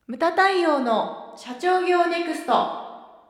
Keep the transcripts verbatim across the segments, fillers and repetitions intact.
ムタ太陽の社長業ネクスト。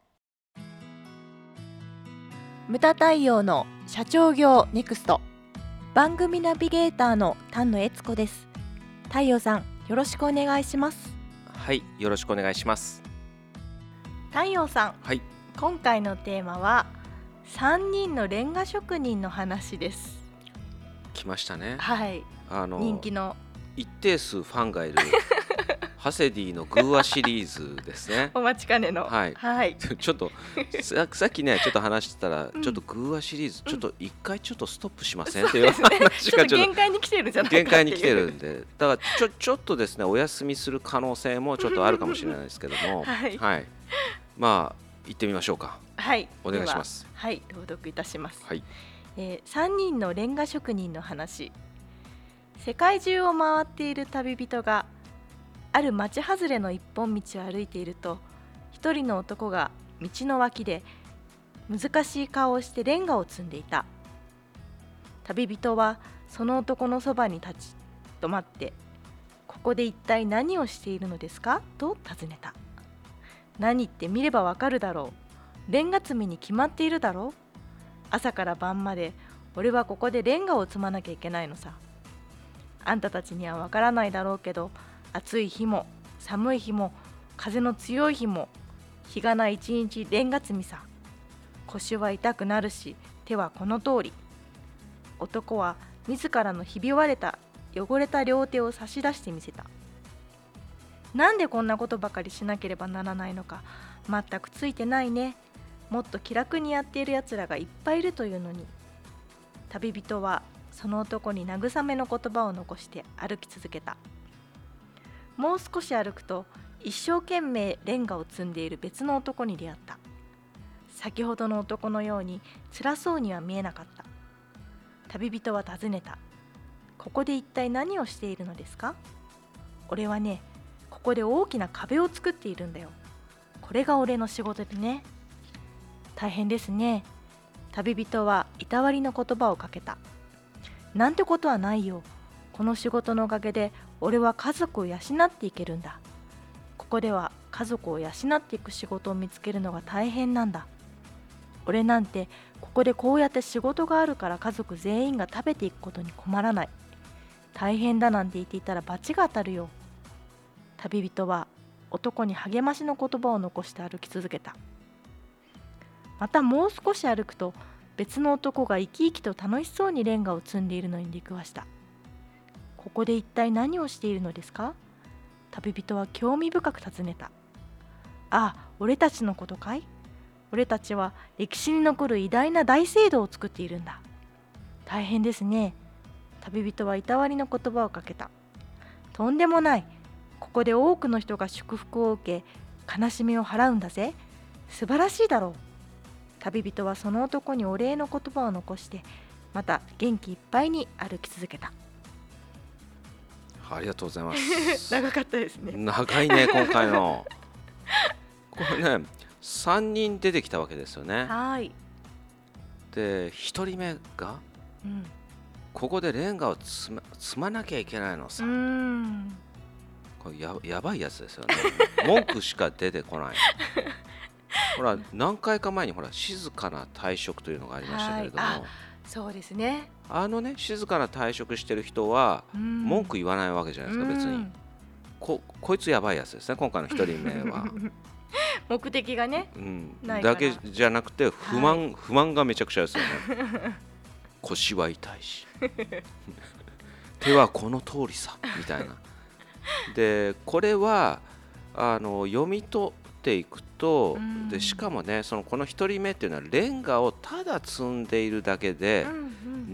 ムタ太陽の社長業ネクスト、番組ナビゲーターの丹野悦子です。太陽さん、よろしくお願いします。 はい、よろしくお願いします。 太陽さん、 はい、 今回のテーマはさんにんのレンガ職人の話です。 来ましたね。 はい、 あの人気の一定数ファンがいるハセディのグーワシリーズですね。 お待ちかねの、 はい、 はい、 ちょっと さ, さっきねちょっと話してたら、 うん、 ちょっとグーワシリーズちょっと一回ちょっとストップしません、 うん、 っていう話がちょっと限界に来てるじゃないかっていう。 限界に来てるんで、だからちょちょっとですねお休みする可能性もちょっとあるかもしれないですけどもはい、 はい、まあ行ってみましょうか。 はい、 お願いします。 はい、朗読いたします。 はい、 えー、さんにんのレンガ職人の話。世界中を回っている旅人がある町外れの一本道を歩いていると、一人の男が道の脇で難しい顔をしてレンガを積んでいた。旅人はその男のそばに立ち止まって、ここで一体何をしているのですかと尋ねた。何って見ればわかるだろう。レンガ積みに決まっているだろう。朝から晩まで俺はここでレンガを積まなきゃいけないのさ。あんたたちにはわからないだろうけど、暑い日も寒い日も風の強い日も日がない一日レンガ積みさ。腰は痛くなるし、手はこの通り。男は自らのひび割れた汚れた両手を差し出してみせた。なんでこんなことばかりしなければならないのか、全くついてないね。もっと気楽にやっているやつらがいっぱいいるというのに。旅人はその男に慰めの言葉を残して歩き続けた。もう少し歩くと、一生懸命レンガを積んでいる別の男に出会った。先ほどの男のように辛そうには見えなかった。旅人は尋ねた。ここで一体何をしているのですか？俺はね、ここで大きな壁を作っているんだよ。これが俺の仕事でね。大変ですね。旅人はいたわりの言葉をかけた。なんてことはないよ。この仕事のおかげで俺は家族を養っていけるんだ。ここでは家族を養っていく仕事を見つけるのが大変なんだ。俺なんてここでこうやって仕事があるから家族全員が食べていくことに困らない。大変だなんて言っていたら罰が当たるよ。旅人は男に励ましの言葉を残して歩き続けた。またもう少し歩くと、別の男が生き生きと楽しそうにレンガを積んでいるのに出くわした。ここで一体何をしているのですか？旅人は興味深く尋ねた。ああ、俺たちのことかい？俺たちは歴史に残る偉大な大聖堂を作っているんだ。大変ですね。旅人はいたわりの言葉をかけた。とんでもない。ここで多くの人が祝福を受け、悲しみを払うんだぜ。素晴らしいだろう。旅人はその男にお礼の言葉を残して、また元気いっぱいに歩き続けた。 ありがとうございます長かったですね。 長いね今回のこれねさんにん出てきたわけですよね。 はい。 でひとりめが、うん、ここでレンガを積 ま, 積まなきゃいけないのさ。うーん、これ や, やばいやつですよね。文句しか出てこない。ほら何回か前にほら静かな退職というのがありましたけれども、 はい、あ、そうですね。 あのね静かな退職してる人は文句言わないわけじゃないですか。別に こ, こいつやばいやつですね今回のひとりめは。 目的がね、 うん、 ないからだけじゃなくて不満、はい、不満がめちゃくちゃですよね。腰は痛いし手はこの通りさみたいな。でこれはあの読み取っていくと、でしかもねそのこのひとりめっていうのはレンガをただ積んでいるだけで、うんうん、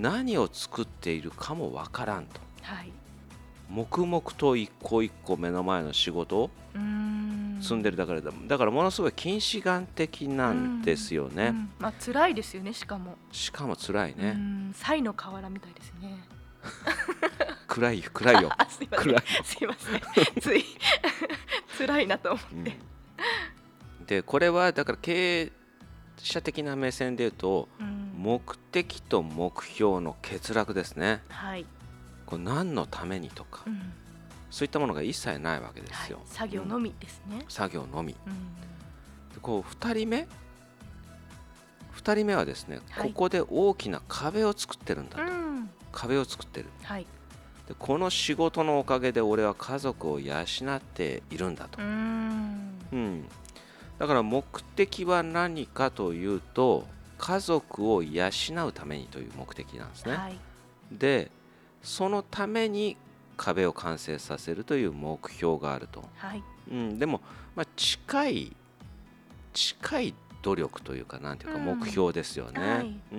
何を作っているかもわからんと、はい、黙々と一個一個目の前の仕事を積んでるだからだだからものすごい近視眼的なんですよね。うんうん、 まあ辛いですよね。しかもしかも辛いね。 サイの河原みたいですね。 暗いよ暗いよすいません暗いすいませんつい辛いなと思って、 うん、でこれはだから経営者的な目線でいうと、うん、目的と目標の欠落ですね。はい、これ何のためにとか、うん、 そういったものが一切ないわけですよ、 はい、作業のみですね、 うん、作業のみ、 うん、 でこうふたりめふたりめはですね、 はい、 ここで大きな壁を作ってるんだと、 うん、 壁を作ってる、 はい、 でこの仕事のおかげで俺は家族を養っているんだと、 うん、 うん、だから目的は何かというと、家族を養うためにという目的なんですね、 はい、 でそのために壁を完成させるという目標があると、 はい、 うん、でも、まあ、近い近い努力というか、なんていうか目標ですよね、 うんはいうん、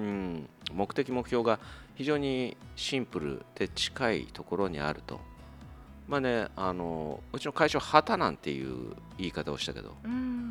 目的目標が非常にシンプルで近いところにあると。まあね、あのうちの会社は旗なんていう言い方をしたけど、 うん、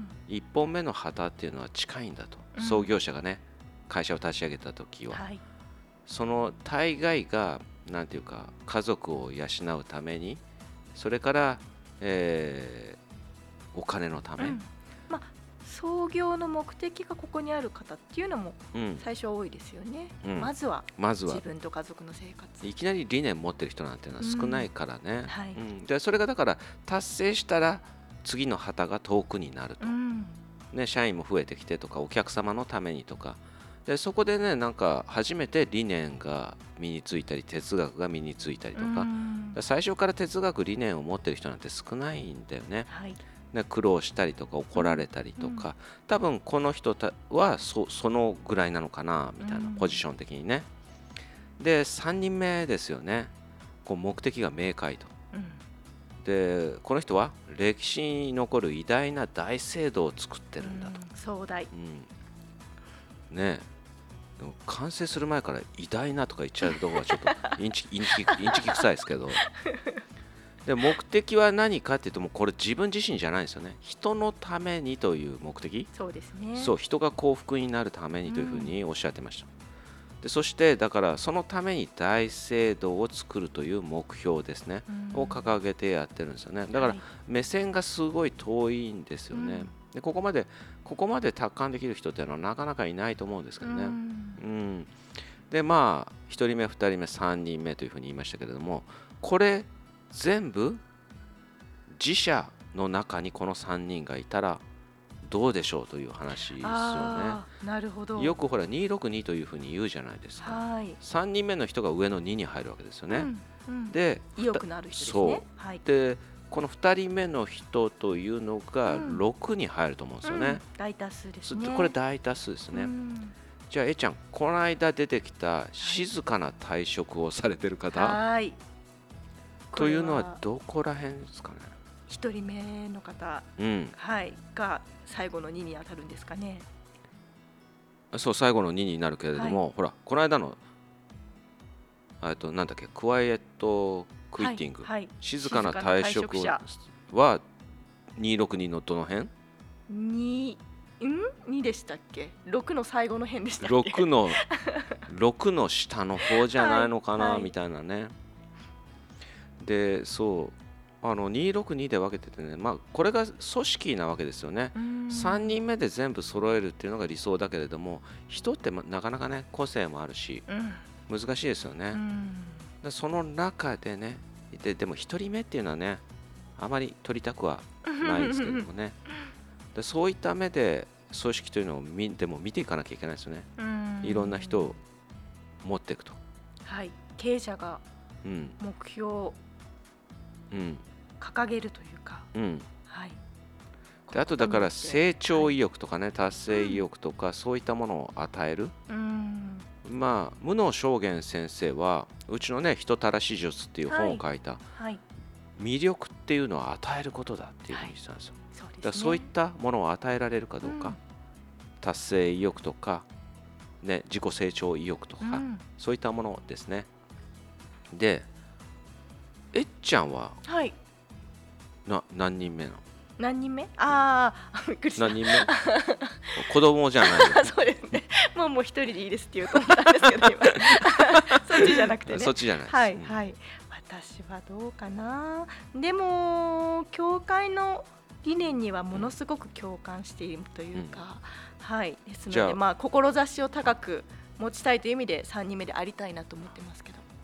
いっぽんめの旗っていうのは近いんだと、 うん創業者がね会社を立ち上げた時は、 はい、 その大概がなんていうか家族を養うために、それから、えーお金のため、 うん、まあ創業の目的がここにある方っていうのもうん最初は多いですよね、 うんまずはまずは自分と家族の生活、 いきなり理念持ってる人なんていうのは少ないからね、 はいうんでそれがだから達成したら次の旗が遠くになると、 うんね、社員も増えてきてとかお客様のためにとかで、そこでねなんか初めて理念が身についたり哲学が身についたりとか、 うん最初から哲学理念を持ってる人なんて少ないんだよね。 はい、 ね苦労したりとか怒られたりとか、多分この人たは そ, そのぐらいなのかなみたいな、 うんポジション的にね。でさんにんめですよね、こう目的が明快と。 うんでこの人は歴史に残る偉大な大聖堂を作ってるんだと、 うん壮大、 うんねえでも完成する前から偉大なとか言っちゃうところはちょっとインチインチキインチキ臭いですけどで目的は何かっていうと、もうこれ自分自身じゃないんですよね。人のためにという目的、 そうですね、 そう人が幸福になるためにというふうにおっしゃってました、でそしてだからそのために大聖堂を作るという目標ですね、 うんを掲げてやってるんですよね。だからはい目線がすごい遠いんですよね、 うんでここまでここまで達観できる人っていうのはなかなかいないと思うんですけどね、 うんうんでまあひとりめふたりめさんにんめというふうに言いましたけれども、これ全部自社の中にこのさんにんがいたらどうでしょうという話ですよね。 あーなるほど、 よくほらにひゃくろくにというふうに言うじゃないですか。 はい、 さんにんめの人が上のにに入るわけですよね、 うんうんで意欲のある人ですそうね、はい、 でこのふたりめの人というのがうんろくに入ると思うんですよね、 うん大多数ですね、 これ大多数ですね、 うんじゃあえちゃん、この間出てきた静かな退職をされてる方、 はーいというのはこれどこら辺ですかね。 一人目の方、 うんはい、が最後のにに当たるんですかね。 そう最後のにになるけれども、ほらこの間のえっとなんだっけクワイエットクイッティング、 はいはい、 静かな退職静かな退職はにひゃくろくにのどの辺？ にんにでしたっけ？ろくの最後の辺でしたっけ？ ろくのろくの下の方じゃないのかな、 はいはいみたいなね。でそうあのにひゃくろくにで分けててね、まあこれが組織なわけですよね。さんにんめで全部揃えるっていうのが理想だけれども、人ってまなかなかね個性もあるしうん難しいですよね。 うんでその中でねででもひとりめっていうのはねあまり取りたくはないですけれどもねでそういった目で組織というのを見でも見ていかなきゃいけないですよね。 うんいろんな人を持っていくと。 はい、経営者がうん目標をうん掲げるというか、 うんはい、 であとだから成長意欲、 欲とかね、達成意欲とかそういったものを与える、 うんまあ無能正元先生はうちのね人たらし術っていう本を書いた、 はい、 魅力っていうのは与えることだっていうふうに言ってたんですよ。 そうですね。 だからそういったものを与えられるかどうか、 うん達成意欲とか、ね、自己成長意欲とか、 うんそういったものですね。でえっちゃんははい、 な何人目なの？ 何人目？ああ、びっくりした。 何人目子供じゃないの？ そうですね。もうもう一人でいいですって言うと思ったんですけど今そっちじゃなくてね。 そっちじゃないです。 はい、 うんはい。私はどうかな。でも教会の理念にはものすごく共感しているというか、はいですのじゃあでまあ志を高く持ちたいという意味でさんにんめでありたいなと思ってますけど。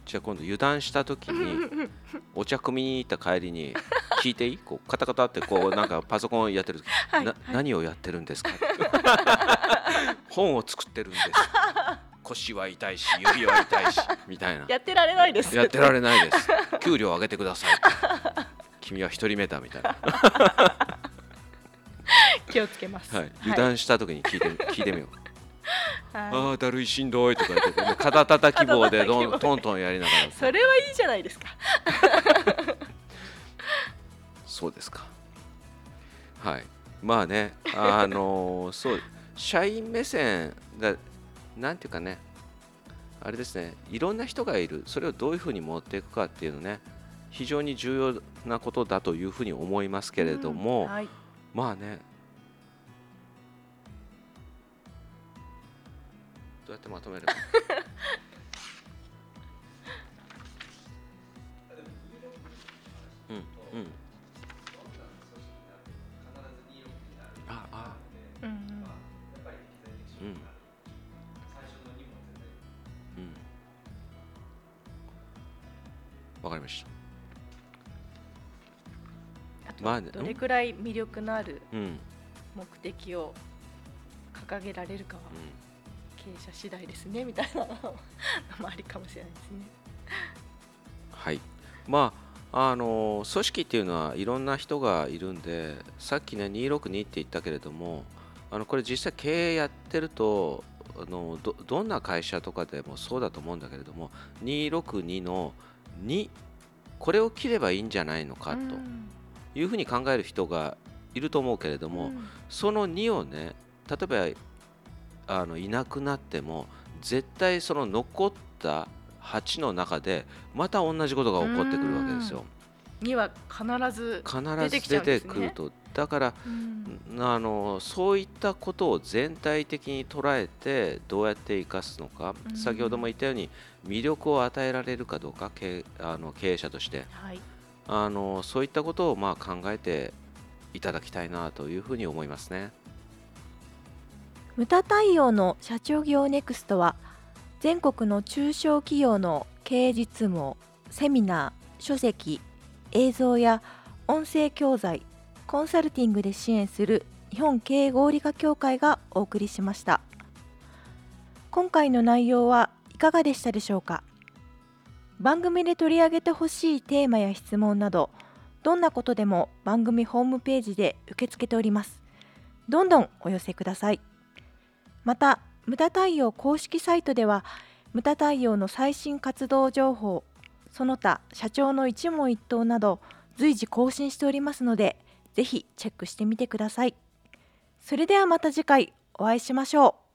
じゃあ今度油断した時にお茶汲みに行った帰りに聞いていい？こうカタカタってこうなんかパソコンやってる時な、 はいはい、 何をやってるんですか本を作ってるんです腰は痛いし指は痛いしみたいなやってられないです。 やってられないです給料上げてください君は一人目だみたいな気をつけます、 はい、油断した時に聞いて、聞いてみようはい、 ああだるいしんどいとか言って、ね、肩たたき棒でどんトントンやりながらそれはいいじゃないですかそうですかはいまあねあのー、そう社員目線だなんていうかねあれですねいろんな人がいるそれをどういうふうに持っていくかっていうのね非常に重要なことだというふうに思いますけれども、 うんはい、 まあねどうやってまとめるかうんうんああうんうんうんうんわかりましたあとまあねどれくらい魅力のあるうん目的を掲げられるかはうん経営者次第ですねみたいなのもありかもしれないですね。 はいまああの組織っていうのはいろんな人がいるんでさっきねにひゃくろくじゅうにって言ったけれどもあのこれ実際経営やってるとあの ど, どんな会社とかでもそうだと思うんだけれどもにひゃくろくじゅうにのにこれを切ればいいんじゃないのかというふうに考える人がいると思うけれども、 うん、 そのにをね例えばあのいなくなっても絶対その残ったはちの中でまた同じことが起こってくるわけですよ。 には必ず必出てず出きちゃうんですね。 てくるとだから、 うん、 あのそういったことを全体的に捉えてどうやって生かすのか、 うん、 先ほども言ったように魅力を与えられるかどうか経あの経営者として、 はい、 あのそういったことをまあ考えていただきたいなというふうに思いますね。 ムタ対応の社長業ネクストは全国の中小企業の経営実務をセミナー、書籍、映像や音声教材、コンサルティングで支援する日本経営合理化協会がお送りしました。今回の内容はいかがでしたでしょうか。番組で取り上げてほしいテーマや質問などどんなことでも番組ホームページで受け付けております。どんどんお寄せください。またムタ対応公式サイトではムタ対応の最新活動情報、その他社長の一問一答など随時更新しておりますのでぜひチェックしてみてください。それではまた次回お会いしましょう。